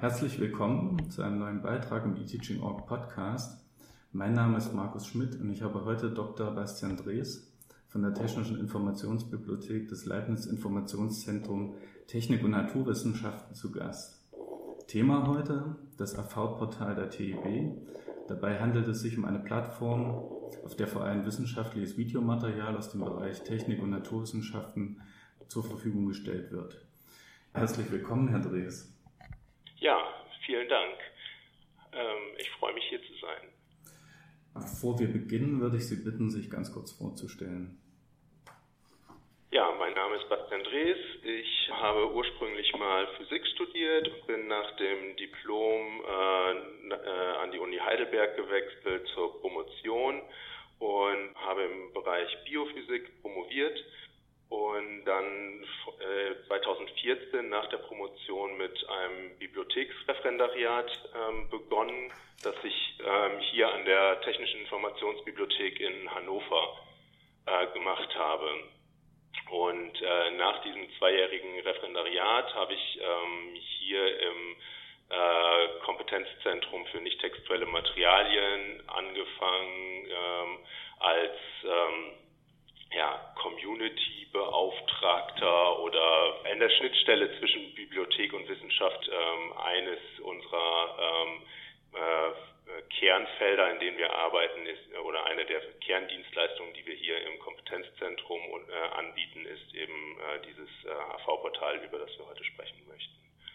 Herzlich willkommen zu einem neuen Beitrag im eTeaching.org Podcast. Mein Name ist Markus Schmidt und ich habe heute Dr. Bastian Drees von der Technischen Informationsbibliothek des Leibniz Informationszentrum Technik und Naturwissenschaften zu Gast. Thema heute: das AV-Portal der TIB. Dabei handelt es sich um eine Plattform, auf der vor allem wissenschaftliches Videomaterial aus dem Bereich Technik und Naturwissenschaften zur Verfügung gestellt wird. Herzlich willkommen, Herr Drees. Ja, vielen Dank. Ich freue mich, hier zu sein. Bevor wir beginnen, würde ich Sie bitten, sich ganz kurz vorzustellen. Ja, mein Name ist Bastian Drees. Ich habe ursprünglich mal Physik studiert und bin nach dem Diplom an die Uni Heidelberg gewechselt zur Promotion und habe im Bereich Biophysik promoviert und dann 2014 nach der Promotion mit einem Bibliotheksreferendariat begonnen, das ich hier an der Technischen Informationsbibliothek in Hannover gemacht habe. Und nach diesem 2-jährigen Referendariat habe ich hier im Kompetenzzentrum für nicht textuelle Materialien angefangen als Community-Beauftragter oder in der Schnittstelle zwischen Bibliothek und Wissenschaft eines unserer Kernfelder, in denen wir arbeiten, ist, oder eine der Kerndienstleistungen, die wir hier im Kompetenzzentrum anbieten, ist eben dieses AV-Portal, über das wir heute sprechen möchten.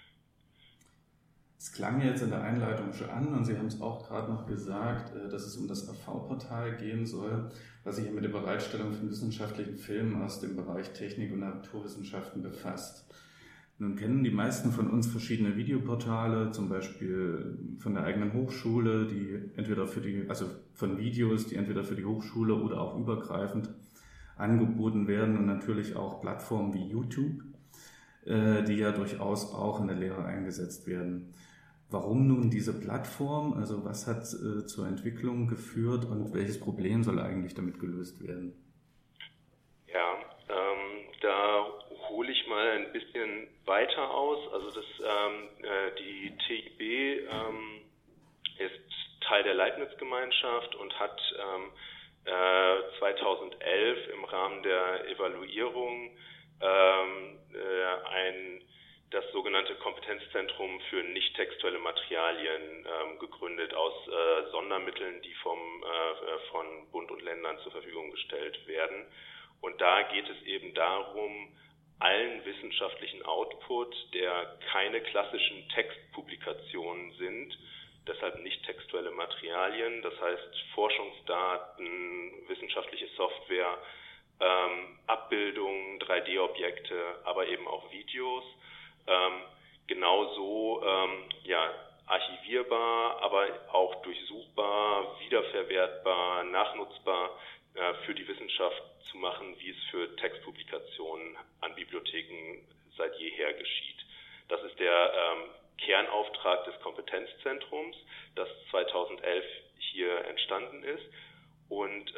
Es klang jetzt in der Einleitung schon an und Sie haben es auch gerade noch gesagt, dass es um das AV-Portal gehen soll, was sich mit der Bereitstellung von wissenschaftlichen Filmen aus dem Bereich Technik und Naturwissenschaften befasst. Nun kennen die meisten von uns verschiedene Videoportale, zum Beispiel von der eigenen Hochschule, die entweder von Videos, die entweder für die Hochschule oder auch übergreifend angeboten werden, und natürlich auch Plattformen wie YouTube, die ja durchaus auch in der Lehre eingesetzt werden. Warum nun diese Plattform? Also was hat zur Entwicklung geführt und welches Problem soll eigentlich damit gelöst werden? Ja, da hole ich mal ein bisschen weiter aus. Also die TIB ist Teil der Leibniz-Gemeinschaft und hat 2011 im Rahmen der Evaluierung das sogenannte Kompetenzzentrum für nicht textuelle Materialien gegründet aus Sondermitteln, die von Bund und Ländern zur Verfügung gestellt werden. Und da geht es eben darum, allen wissenschaftlichen Output, der keine klassischen Textpublikationen sind, deshalb nicht textuelle Materialien, das heißt Forschungsdaten, wissenschaftliche Software, Abbildungen, 3D-Objekte, aber eben auch Videos, genauso archivierbar, aber auch durchsuchbar, wiederverwertbar, nachnutzbar für die Wissenschaft zu machen, wie es für Textpublikationen an Bibliotheken seit jeher geschieht. Das ist der Kernauftrag des Kompetenzzentrums, das 2011 hier entstanden ist. Und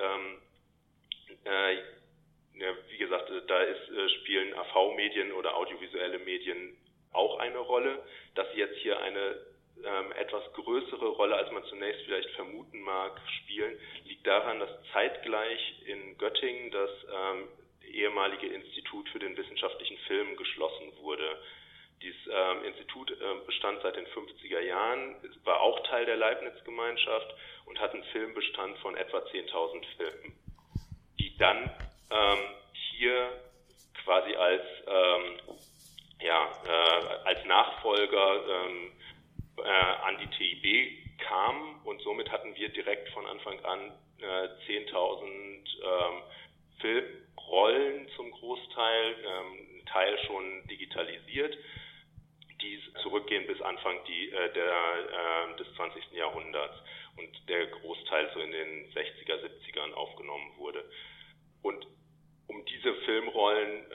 wie gesagt, spielen AV-Medien oder audiovisuelle Medien auch eine Rolle. Dass sie jetzt hier eine etwas größere Rolle, als man zunächst vielleicht vermuten mag, spielen, liegt daran, dass zeitgleich in Göttingen das ehemalige Institut für den wissenschaftlichen Film geschlossen wurde. Dieses Institut bestand seit den 50er Jahren, war auch Teil der Leibniz-Gemeinschaft und hat einen Filmbestand von etwa 10.000 Filmen, die dann hier quasi als Nachfolger an die TIB kamen, und somit hatten wir direkt von Anfang an 10.000 Filmrollen zum Großteil, ein Teil schon digitalisiert, die zurückgehen bis Anfang des 20. Jahrhunderts und der Großteil so in den 60er, 70ern aufgenommen wurde. Und um diese Filmrollen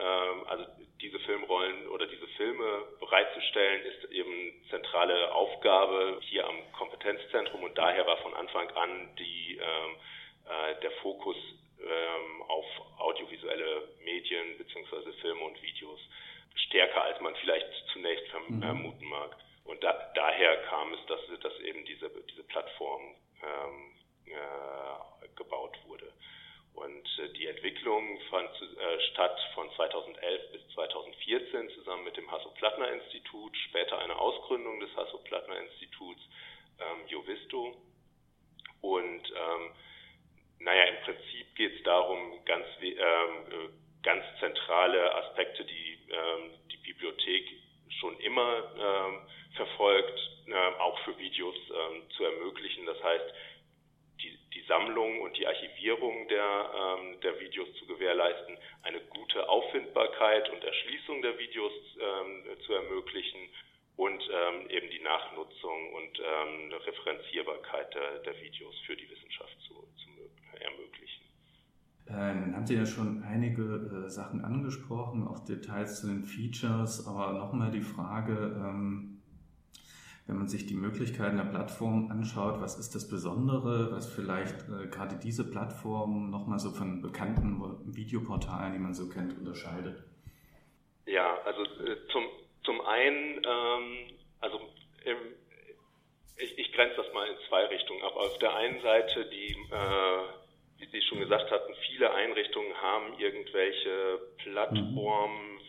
oder diese Filme bereitzustellen, ist eben zentrale Aufgabe hier am Kompetenzzentrum, und daher war von Anfang an der Fokus auf audiovisuelle Medien bzw. Filme und Videos stärker, als man vielleicht zunächst vermuten mag. Und daher kam es, dass eben diese Plattform gebaut wurde. Und die Entwicklung fand statt von 2011 bis 2014 zusammen mit dem Hasso-Plattner-Institut, später eine Ausgründung des Hasso-Plattner-Instituts, Jovisto. Und im Prinzip geht es darum, ganz zentrale Aspekte, die die Bibliothek schon immer verfolgt, auch für Videos zu ermöglichen. Das heißt, die Sammlung und die Archivierung der Videos zu gewährleisten, eine gute Auffindbarkeit und Erschließung der Videos zu ermöglichen und eben die Nachnutzung und Referenzierbarkeit der Videos für die Wissenschaft zu ermöglichen. Dann haben Sie ja schon einige Sachen angesprochen, auch Details zu den Features, aber nochmal die Frage, wenn man sich die Möglichkeiten der Plattform anschaut, was ist das Besondere, was vielleicht gerade diese Plattform nochmal so von bekannten Videoportalen, die man so kennt, unterscheidet? Ja, also zum einen, ich grenze das mal in zwei Richtungen ab. Auf der einen Seite, wie Sie schon gesagt hatten, viele Einrichtungen haben irgendwelche Plattformen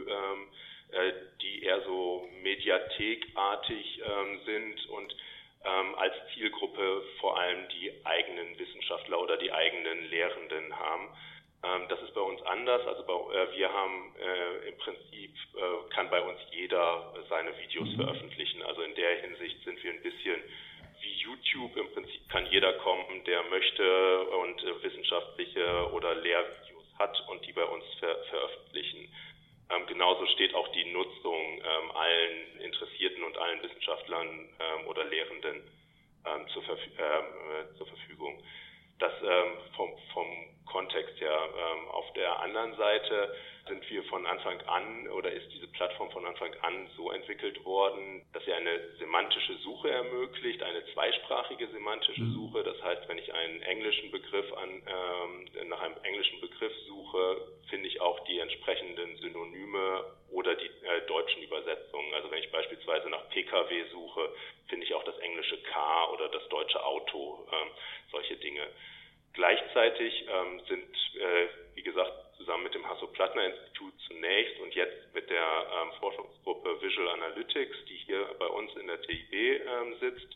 die eher so mediathekartig sind und als Zielgruppe vor allem die eigenen Wissenschaftler oder die eigenen Lehrenden haben. Das ist bei uns anders. Also wir haben im Prinzip, kann bei uns jeder seine Videos veröffentlichen. Also in der Hinsicht sind wir ein bisschen wie YouTube. Im Prinzip kann jeder kommen, der möchte und wissenschaftliche oder Lehrvideos hat und die bei uns veröffentlichen. Genauso steht auch die Nutzung allen Interessierten und allen Wissenschaftlern oder Lehrenden zur Verfügung. Das vom Kontext her. Auf der anderen Seite sind wir von Anfang an oder ist diese Plattform von Anfang an so entwickelt worden, dass sie eine semantische Suche ermöglicht, eine zweisprachige semantische Suche. Das heißt, wenn ich einen englischen Begriff nach einem englischen Begriff suche, finde ich auch die entsprechenden Synonyme oder die deutschen Übersetzungen. Also wenn ich beispielsweise nach PKW suche, finde ich auch das englische Car oder das deutsche Auto, solche Dinge. Gleichzeitig sind, wie gesagt, zusammen mit dem Hasso-Plattner-Institut zunächst und jetzt mit der Forschungsgruppe Visual Analytics, die hier bei uns in der TIB sitzt,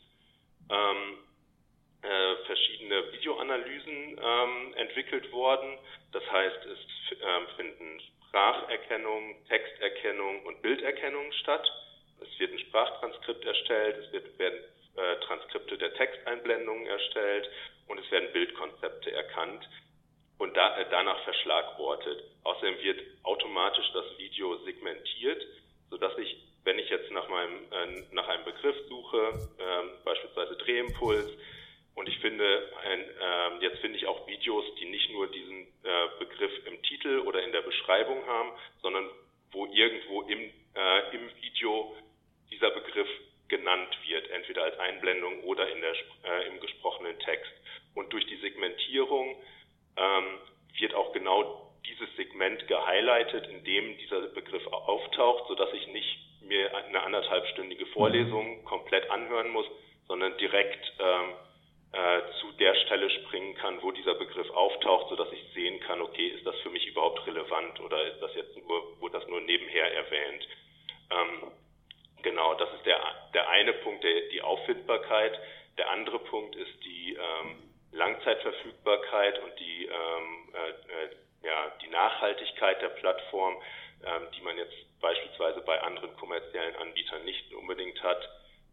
verschiedene Videoanalysen entwickelt worden. Das heißt, es finden Spracherkennung, Texterkennung und Bilderkennung statt. Es wird ein Sprachtranskript erstellt, werden Transkripte der Texteinblendungen erstellt und es werden Bildkonzepte erkannt und danach verschlagwortet. Außerdem wird automatisch das Video segmentiert, sodass ich, wenn ich jetzt nach einem Begriff suche, beispielsweise Drehimpuls, und ich finde, jetzt finde ich auch Videos, die nicht nur diesen Begriff im Titel oder in der Beschreibung haben, sondern wo irgendwo im Video dieser Begriff genannt wird, entweder als Einblendung oder im gesprochenen Text. Und durch die Segmentierung wird auch genau dieses Segment gehighlightet, in dem dieser Begriff auftaucht, sodass ich nicht mir eine anderthalbstündige Vorlesung komplett anhören muss, sondern direkt zu der Stelle springen kann, wo dieser Begriff auftaucht, sodass ich sehen kann, okay, ist das für mich überhaupt relevant oder ist das jetzt wurde das nur nebenher erwähnt? Genau, das ist der eine Punkt, die Auffindbarkeit. Der andere Punkt ist die Langzeitverfügbarkeit und die Nachhaltigkeit der Plattform, die man jetzt beispielsweise bei anderen kommerziellen Anbietern nicht unbedingt hat.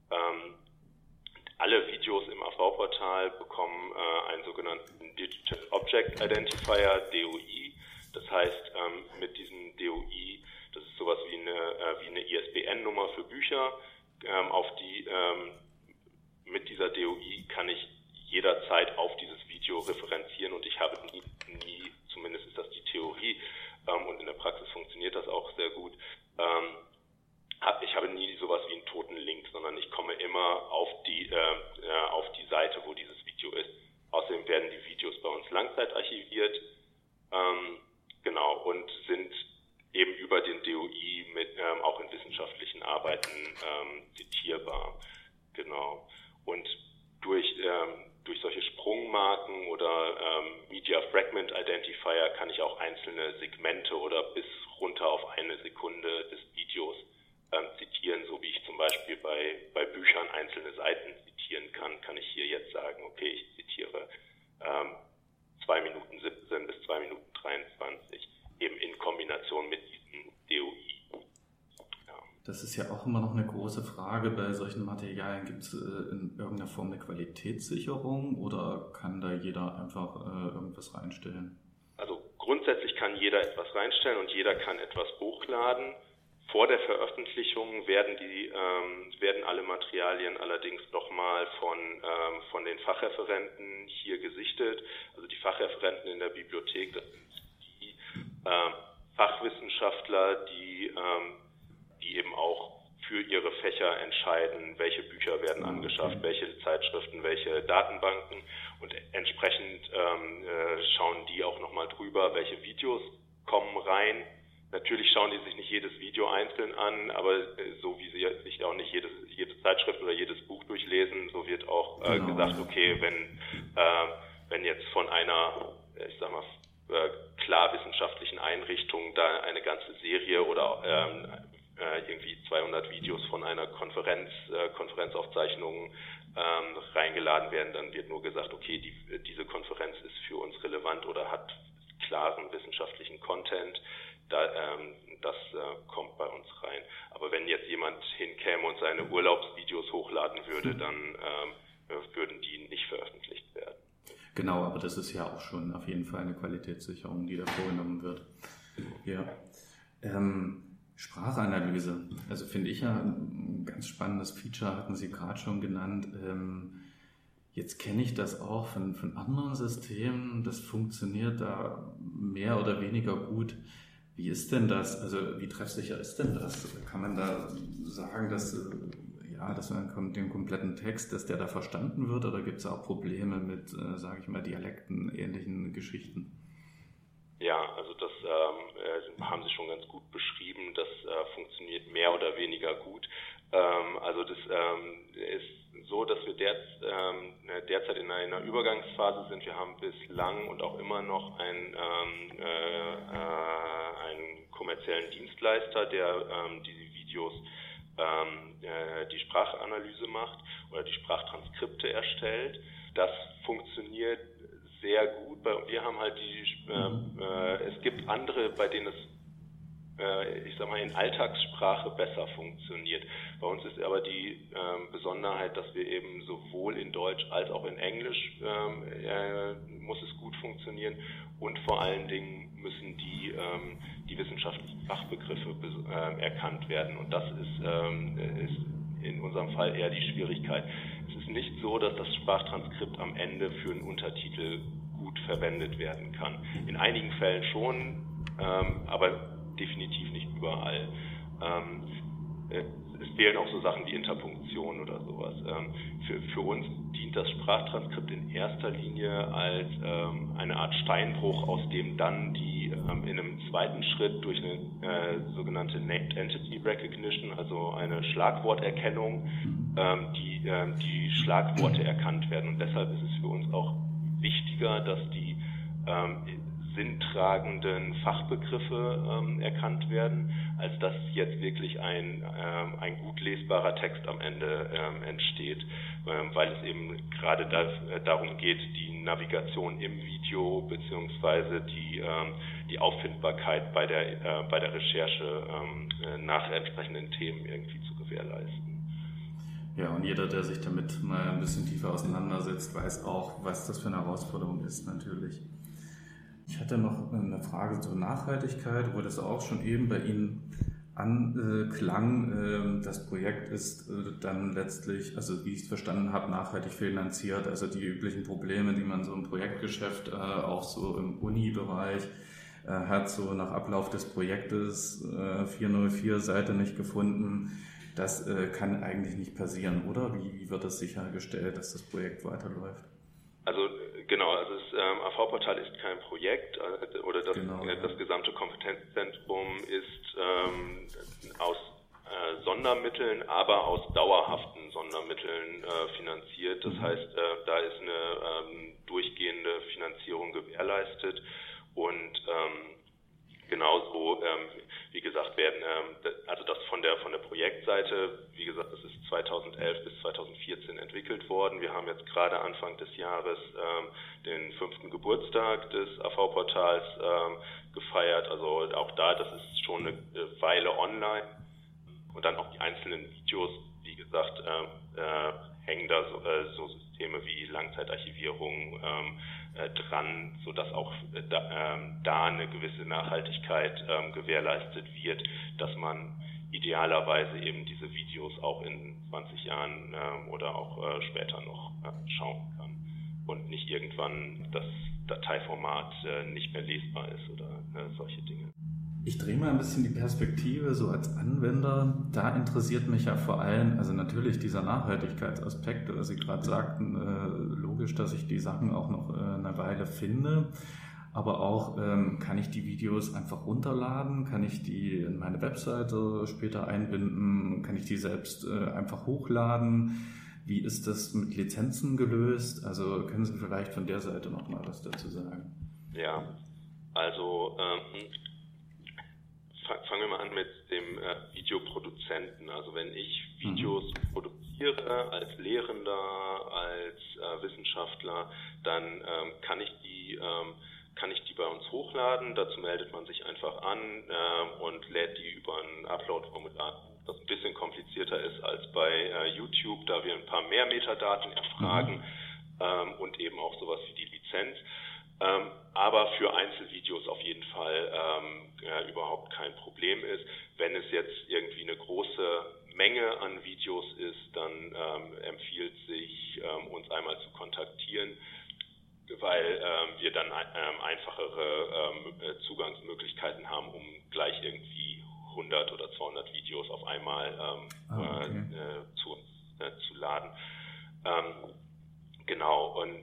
Alle Videos im AV-Portal bekommen einen sogenannten Digital Object Identifier, DOI. Das heißt, mit diesem DOI, das ist sowas wie eine ISBN-Nummer für Bücher, mit dieser DOI kann ich jederzeit auf dieses Video referenzieren und ich habe nie, zumindest ist das die Theorie, und in der Praxis funktioniert das auch sehr gut, ich habe nie sowas wie einen toten Link, sondern ich komme immer auf die Seite, wo dieses Video ist. Außerdem werden die Videos bei uns langzeitarchiviert, und sind eben über den DOI auch in wissenschaftlichen Arbeiten zitiert. Und durch solche Sprungmarken oder Media Fragment Identifier kann ich auch einzelne Segmente oder bis runter auf eine Sekunde des Videos zitieren, so wie ich zum Beispiel bei Büchern einzelne Seiten zitieren kann ich hier jetzt sagen, okay, ich zitiere 2 Minuten 17 bis 2 Minuten 23, eben in Kombination mit diesem DOI. Ja. Das ist ja auch immer noch eine große Frage bei solchen Materialien. Gibt es in irgendeiner Form eine Qualitätssicherung oder kann da jeder einfach irgendwas reinstellen? Also grundsätzlich kann jeder etwas reinstellen und jeder kann etwas hochladen. Vor der Veröffentlichung werden alle Materialien allerdings nochmal von den Fachreferenten hier gesichtet. Also die Fachreferenten in der Bibliothek, das sind die Fachwissenschaftler, die eben auch für ihre Fächer entscheiden, welche Bücher werden angeschafft, welche Zeitschriften, welche Datenbanken, und entsprechend schauen die auch nochmal drüber, welche Videos kommen rein. Natürlich schauen die sich nicht jedes Video einzeln an, aber so wie sie sich auch nicht jede Zeitschrift oder jedes Buch durchlesen, so wird auch gesagt, okay, wenn jetzt von einer, ich sag mal, klar wissenschaftlichen Einrichtung da eine ganze Serie oder irgendwie 200 Videos von einer Konferenzaufzeichnung reingeladen werden, dann wird nur gesagt, okay, diese Konferenz ist für uns relevant oder hat klaren wissenschaftlichen Content. Das kommt bei uns rein. Aber wenn jetzt jemand hinkäme und seine Urlaubsvideos hochladen würde, dann würden die nicht veröffentlicht werden. Genau, aber das ist ja auch schon auf jeden Fall eine Qualitätssicherung, die da vorgenommen wird. Ja. Sprachanalyse, also finde ich ja ein ganz spannendes Feature, hatten Sie gerade schon genannt. Jetzt kenne ich das auch von anderen Systemen, das funktioniert da mehr oder weniger gut. Wie ist denn das? Also wie treffsicher ist denn das? Kann man da sagen, dass man den kompletten Text, dass der da verstanden wird, oder gibt es auch Probleme mit, sage ich mal, Dialekten, ähnlichen Geschichten? Ja, also das haben Sie schon ganz gut beschrieben. Das funktioniert mehr oder weniger gut. Also das ist so, dass wir derzeit in einer Übergangsphase sind. Wir haben bislang und auch immer noch einen kommerziellen Dienstleister, der diese Videos, die Sprachanalyse macht oder die Sprachtranskripte erstellt. Das funktioniert sehr gut. Wir haben halt es gibt andere, bei denen es ich sag mal in Alltagssprache besser funktioniert. Bei uns ist aber die Besonderheit, dass wir eben sowohl in Deutsch als auch in Englisch muss es gut funktionieren, und vor allen Dingen müssen die wissenschaftlichen Fachbegriffe erkannt werden, und das ist in unserem Fall eher die Schwierigkeit. Es ist nicht so, dass das Sprachtranskript am Ende für einen Untertitel gut verwendet werden kann. In einigen Fällen schon, aber definitiv nicht überall. Es fehlen auch so Sachen wie Interpunktion oder sowas. Für uns dient das Sprachtranskript in erster Linie als eine Art Steinbruch, aus dem dann die in einem zweiten Schritt durch eine sogenannte Named Entity Recognition, also eine Schlagworterkennung, die Schlagworte erkannt werden. Und deshalb ist es für uns auch wichtiger, dass die sinntragenden Fachbegriffe erkannt werden, als dass jetzt wirklich ein gut lesbarer Text am Ende entsteht, weil es eben gerade darum geht, die Navigation im Video beziehungsweise die Auffindbarkeit bei der Recherche nach entsprechenden Themen irgendwie zu gewährleisten. Ja, und jeder, der sich damit mal ein bisschen tiefer auseinandersetzt, weiß auch, was das für eine Herausforderung ist, natürlich. Ich hatte noch eine Frage zur Nachhaltigkeit, wo das auch schon eben bei Ihnen anklang. Das Projekt ist dann letztlich, also wie ich es verstanden habe, nachhaltig finanziert. Also die üblichen Probleme, die man so im Projektgeschäft, auch so im Uni-Bereich hat, so nach Ablauf des Projektes 404 Seite nicht gefunden. Das kann eigentlich nicht passieren, oder? Wie wird das sichergestellt, dass das Projekt weiterläuft? Also genau, also das AV-Portal ist kein Projekt oder das gesamte Kompetenzzentrum ist Sondermitteln, aber aus dauerhaften Sondermitteln finanziert. Das heißt, da ist eine durchgehende Finanzierung gewährleistet und genauso, wie gesagt, werden also das von der Projektseite, wie gesagt, das ist 2011 bis 2014 entwickelt worden. Wir haben jetzt gerade Anfang des Jahres den 5. Geburtstag des AV-Portals gefeiert. Also auch da, das ist schon eine Weile online. Und dann auch die einzelnen Videos, wie gesagt, hängen da so Systeme wie Langzeitarchivierung dran, sodass auch da eine gewisse Nachhaltigkeit gewährleistet wird, dass man idealerweise eben diese Videos auch in 20 Jahren oder auch später noch schauen kann und nicht irgendwann das Dateiformat nicht mehr lesbar ist oder solche Dinge. Ich drehe mal ein bisschen die Perspektive so als Anwender. Da interessiert mich ja vor allem, also natürlich dieser Nachhaltigkeitsaspekt, was Sie gerade sagten, logisch, dass ich die Sachen auch noch eine Weile finde. Aber auch, kann ich die Videos einfach runterladen? Kann ich die in meine Webseite später einbinden? Kann ich die selbst einfach hochladen? Wie ist das mit Lizenzen gelöst? Also können Sie vielleicht von der Seite noch mal was dazu sagen? Ja, also fangen wir mal an mit dem Videoproduzenten. Also wenn ich Videos produziere als Lehrender, als Wissenschaftler, dann kann ich die bei uns hochladen. Dazu meldet man sich einfach an und lädt die über ein Upload-Formular, das ein bisschen komplizierter ist als bei YouTube, da wir ein paar mehr Metadaten erfragen und eben auch sowas wie die Lizenz. Aber für Einzelvideos auf jeden Fall überhaupt kein Problem ist. Wenn es jetzt irgendwie eine große Menge an Videos ist, dann empfiehlt sich, uns einmal zu kontaktieren, weil wir dann einfachere Zugangsmöglichkeiten haben, um gleich irgendwie 100 oder 200 Videos auf einmal zu laden. Genau, und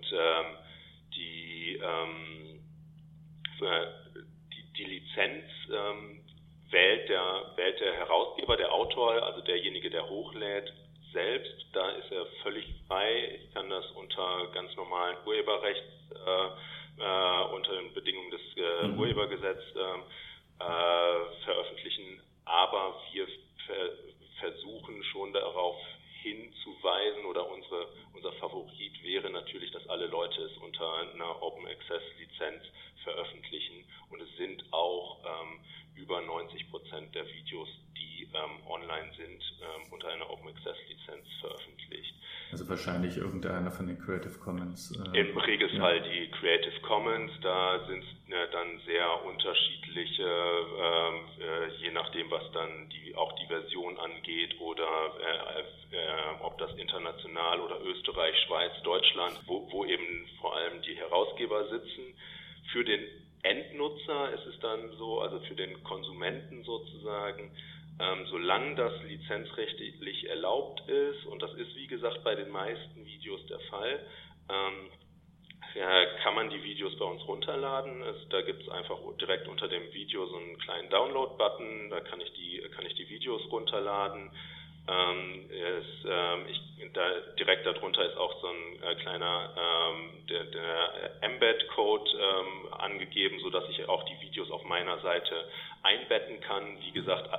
die Lizenz wählt der Herausgeber, der Autor, also derjenige, der hochlädt, selbst. Da ist er völlig frei. Ich kann das unter ganz normalen Urheberrechts, unter den Bedingungen des Urhebergesetzes veröffentlichen, aber wir versuchen schon darauf hinzuweisen, oder unser Favorit wäre natürlich, dass alle Leute es unter einer Open Access Lizenz veröffentlichen, und es sind auch über 90% der Videos, die online sind, unter einer Open Access Lizenz veröffentlicht. Also wahrscheinlich irgendeiner von den Creative Commons. Im Regelfall die Creative Commons, da sind es dann sehr unterschiedliche, je nachdem, was dann auch die Version angeht, oder ob das international oder Österreich, Schweiz, Deutschland, wo eben vor allem die Herausgeber sitzen. Für den Endnutzer ist es dann so, also für den Konsumenten sozusagen, solange das lizenzrechtlich erlaubt ist, und das ist wie gesagt bei den meisten Videos der Fall, kann man die Videos bei uns runterladen. Da gibt es einfach direkt unter dem Video so einen kleinen Download-Button, da kann ich die Videos runterladen. Direkt darunter ist auch so ein kleiner der Embed-Code angegeben, sodass ich auch die Videos auf meiner Seite einbetten kann. Wie gesagt,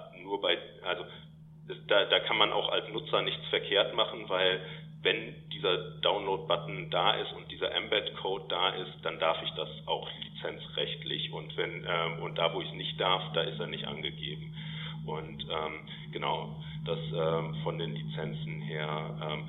da kann man auch als Nutzer nichts verkehrt machen, weil wenn dieser Download-Button da ist und dieser Embed-Code da ist, dann darf ich das auch lizenzrechtlich, und da, wo ich es nicht darf, da ist er nicht angegeben. Und genau, das von den Lizenzen her,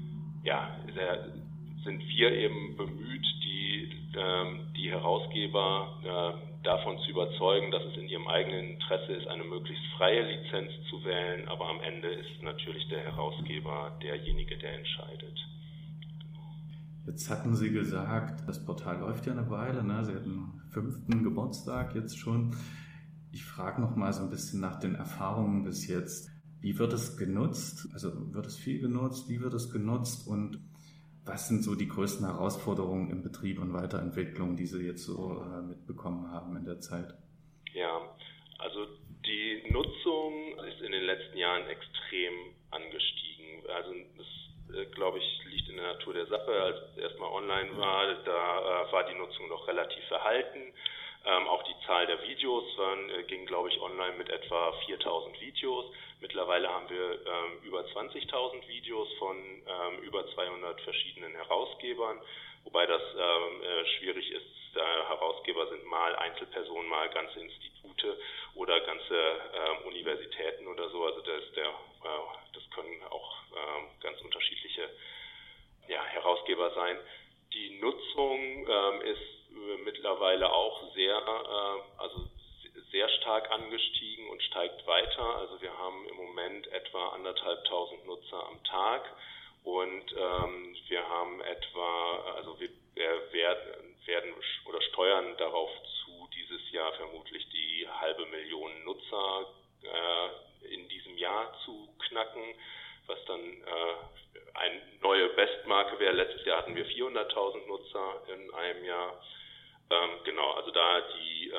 sind wir eben bemüht, die Herausgeber davon zu überzeugen, dass es in ihrem eigenen Interesse ist, eine möglichst freie Lizenz zu wählen, aber am Ende ist natürlich der Herausgeber derjenige, der entscheidet. Jetzt hatten Sie gesagt, das Portal läuft ja eine Weile, ne? Sie hatten 5. Geburtstag jetzt schon. Ich frage noch mal so ein bisschen nach den Erfahrungen bis jetzt. Wie wird es genutzt? Also wird es viel genutzt? Wie wird es genutzt? Und was sind so die größten Herausforderungen im Betrieb und Weiterentwicklung, die Sie jetzt so mitbekommen haben in der Zeit? Ja, also die Nutzung ist ist in den letzten Jahren extrem angestiegen. Also das, glaube ich, liegt in der Natur der Sache. Als es erstmal online war, da war die Nutzung noch relativ verhalten. Auch die Zahl der Videos ging, glaube ich, online mit etwa 4.000 Videos. Mittlerweile haben wir über 20.000 Videos von über 200 verschiedenen Herausgebern, wobei das schwierig ist. Herausgeber sind mal Einzelpersonen, mal ganze Institute oder ganze Universitäten oder so. Also das können auch ganz unterschiedliche Herausgeber sein. Die Nutzung ist mittlerweile auch sehr stark angestiegen und steigt weiter. Also wir haben im Moment etwa 1.500 Nutzer am Tag und wir haben wir werden oder steuern darauf zu, dieses Jahr vermutlich die 500.000 Nutzer in diesem Jahr zu knacken, was dann eine neue Bestmarke wäre. Letztes Jahr hatten wir 400.000 Nutzer in einem Jahr. Genau, also da die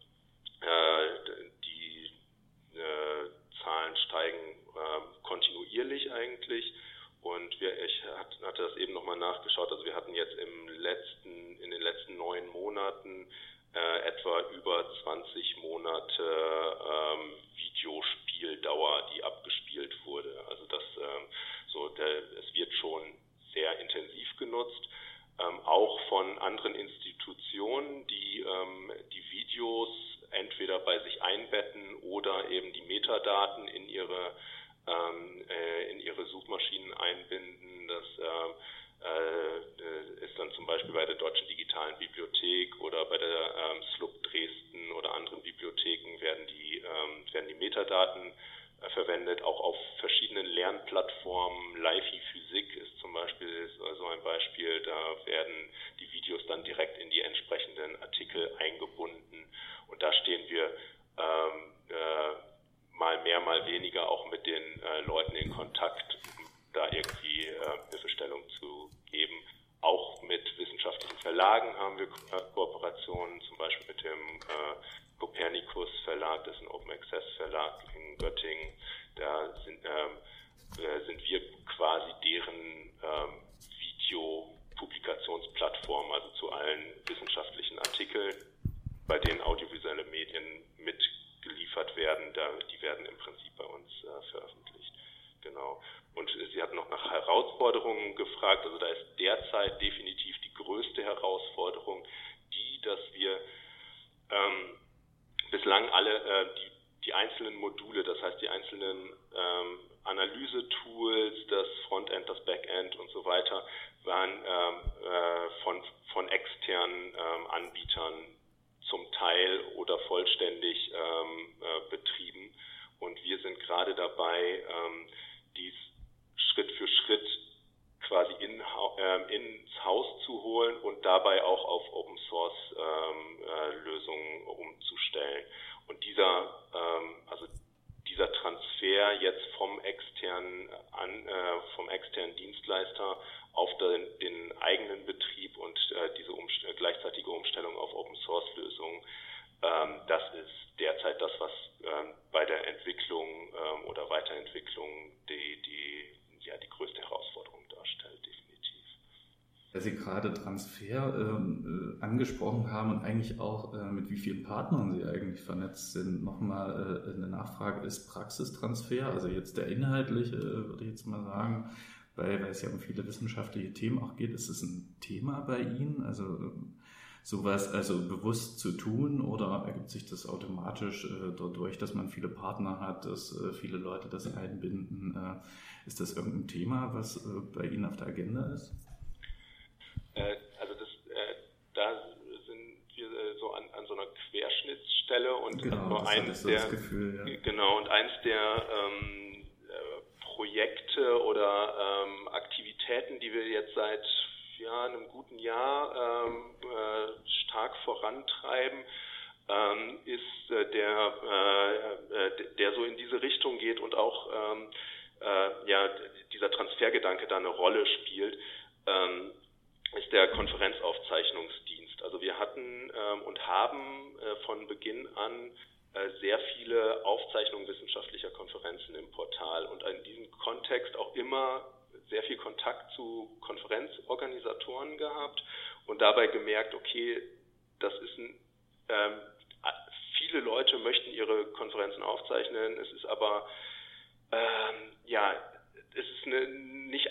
Zahlen steigen kontinuierlich eigentlich. Und ich hatte das eben nochmal nachgeschaut. Also wir hatten jetzt in den letzten 9 Monaten etwa über 20 Monate Videospieldauer, die abgespielt wurde. Also es wird schon sehr intensiv genutzt. Auch von anderen Institutionen, die die Videos entweder bei sich einbetten oder eben die Metadaten in ihre Suchmaschinen einbinden. Das ist dann zum Beispiel bei der Deutschen Digitalen Bibliothek oder bei der SLUB Dresden oder anderen Bibliotheken werden die Metadaten verwendet, auch auf verschiedenen Lernplattformen. Lifi Physik ist zum Beispiel so ein Beispiel, da werden die Videos dann direkt in die entsprechenden Artikel eingebunden und da stehen wir mal mehr, mal weniger auch mit den Leuten in Kontakt, um da irgendwie Hilfestellung zu geben. Auch mit wissenschaftlichen Verlagen haben wir Kooperationen, zum Beispiel mit dem Copernicus Verlag, das ist ein Open Access Verlag in Göttingen. Da sind wir quasi deren Videopublikationsplattform, also zu allen wissenschaftlichen Artikeln, bei denen audiovisuelle Medien mitgeliefert werden. Die werden im Prinzip bei uns veröffentlicht. Genau. Und Sie hatten noch nach Herausforderungen gefragt. Also da ist derzeit definitiv die größte Herausforderung dass wir bislang alle die einzelnen Module, das heißt die einzelnen Analyse-Tools, das Frontend, das Backend und so weiter, waren von externen Anbietern zum Teil oder vollständig betrieben. Und wir sind gerade dabei, dies Schritt für Schritt quasi ins Haus zu holen und dabei auch auf Open Source Lösungen umzustellen. Und dieser Transfer jetzt vom externen Dienstleister auf den eigenen Betrieb und diese gleichzeitige Umstellung auf Open Source Lösungen, das ist derzeit das, was bei der Entwicklung oder Weiterentwicklung die größte Herausforderung darstellt, definitiv. Weil Sie gerade Transfer angesprochen haben und eigentlich auch mit wie vielen Partnern Sie eigentlich vernetzt sind. Nochmal eine Nachfrage, ist Praxistransfer, also jetzt der inhaltliche, würde ich jetzt mal sagen, weil es ja um viele wissenschaftliche Themen auch geht, ist es ein Thema bei Ihnen? Also sowas bewusst zu tun oder ergibt sich das automatisch dadurch, dass man viele Partner hat, dass viele Leute das einbinden? Ist das irgendein Thema, was bei Ihnen auf der Agenda ist? Da sind wir so an so einer Querschnittsstelle und genau, eins der Projekte oder Aktivitäten, die wir jetzt seit einem guten Jahr stark vorantreiben, ist der so in diese Richtung geht und auch dieser Transfergedanke da eine Rolle spielt, ist der Konferenzaufzeichnungsdienst. Also wir hatten und haben von Beginn an sehr viele Aufzeichnungen wissenschaftlicher Konferenzen im Portal und in diesem Kontext auch immer sehr viel Kontakt zu Konferenzorganisatoren gehabt und dabei gemerkt, okay, das ist viele Leute möchten ihre Konferenzen aufzeichnen, es ist aber es ist nicht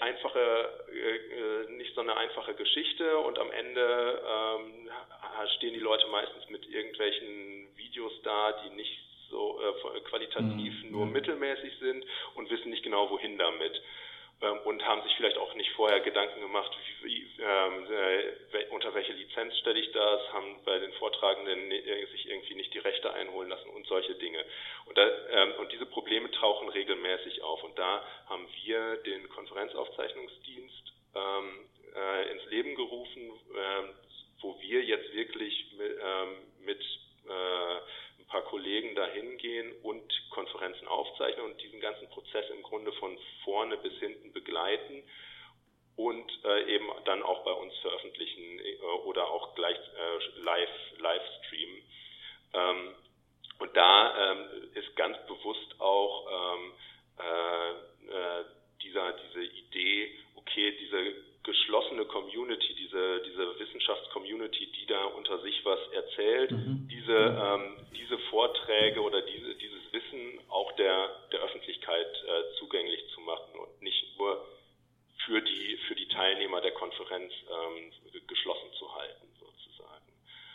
so eine einfache Geschichte und am Ende stehen die Leute meistens mit irgendwelchen Videos da, die nicht so qualitativ nur mittelmäßig sind und wissen nicht genau, wohin damit. Und haben sich vielleicht auch nicht vorher Gedanken gemacht, unter welche Lizenz stelle ich das, haben bei den Vortragenden sich irgendwie nicht die Rechte einholen lassen und solche Dinge. Und diese Probleme tauchen regelmäßig auf. Und da haben wir den Konferenzaufzeichnungsdienst ins Leben gerufen, wo wir jetzt wirklich mit ein paar Kollegen dahin gehen und Konferenzen aufzeichnen und diesen ganzen Prozess im Grunde von vorne bis hinten begleiten und eben dann auch bei uns veröffentlichen oder auch gleich live streamen. Und da ist ganz bewusst auch diese Idee, okay, diese geschlossene Community, diese Wissenschaftscommunity, die da unter sich was erzählt, diese Vorträge oder dieses Wissen auch der Öffentlichkeit zugänglich zu machen und nicht nur für die Teilnehmer der Konferenz geschlossen zu halten sozusagen.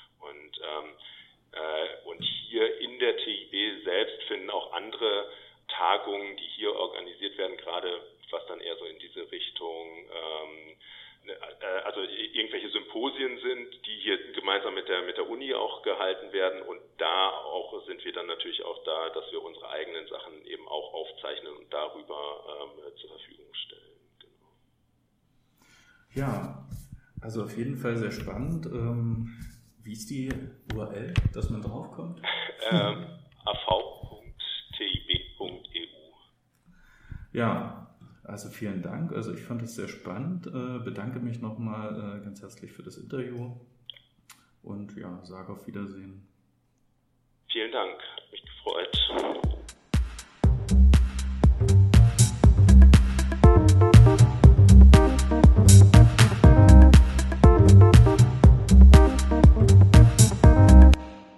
Und hier in der TIB selbst finden auch andere Tagungen, die hier organisiert werden, gerade was dann eher so in diese Richtung, also irgendwelche Symposien sind, die hier gemeinsam mit der Uni auch gehalten werden und da auch sind wir dann natürlich auch da, dass wir unsere eigenen Sachen eben auch aufzeichnen und darüber zur Verfügung stellen. Genau. Ja, also auf jeden Fall sehr spannend. Wie ist die URL, dass man draufkommt? av.tib.eu. Ja, also vielen Dank. Also ich fand es sehr spannend. Bedanke mich nochmal ganz herzlich für das Interview und ja, sage auf Wiedersehen. Vielen Dank, hat mich gefreut.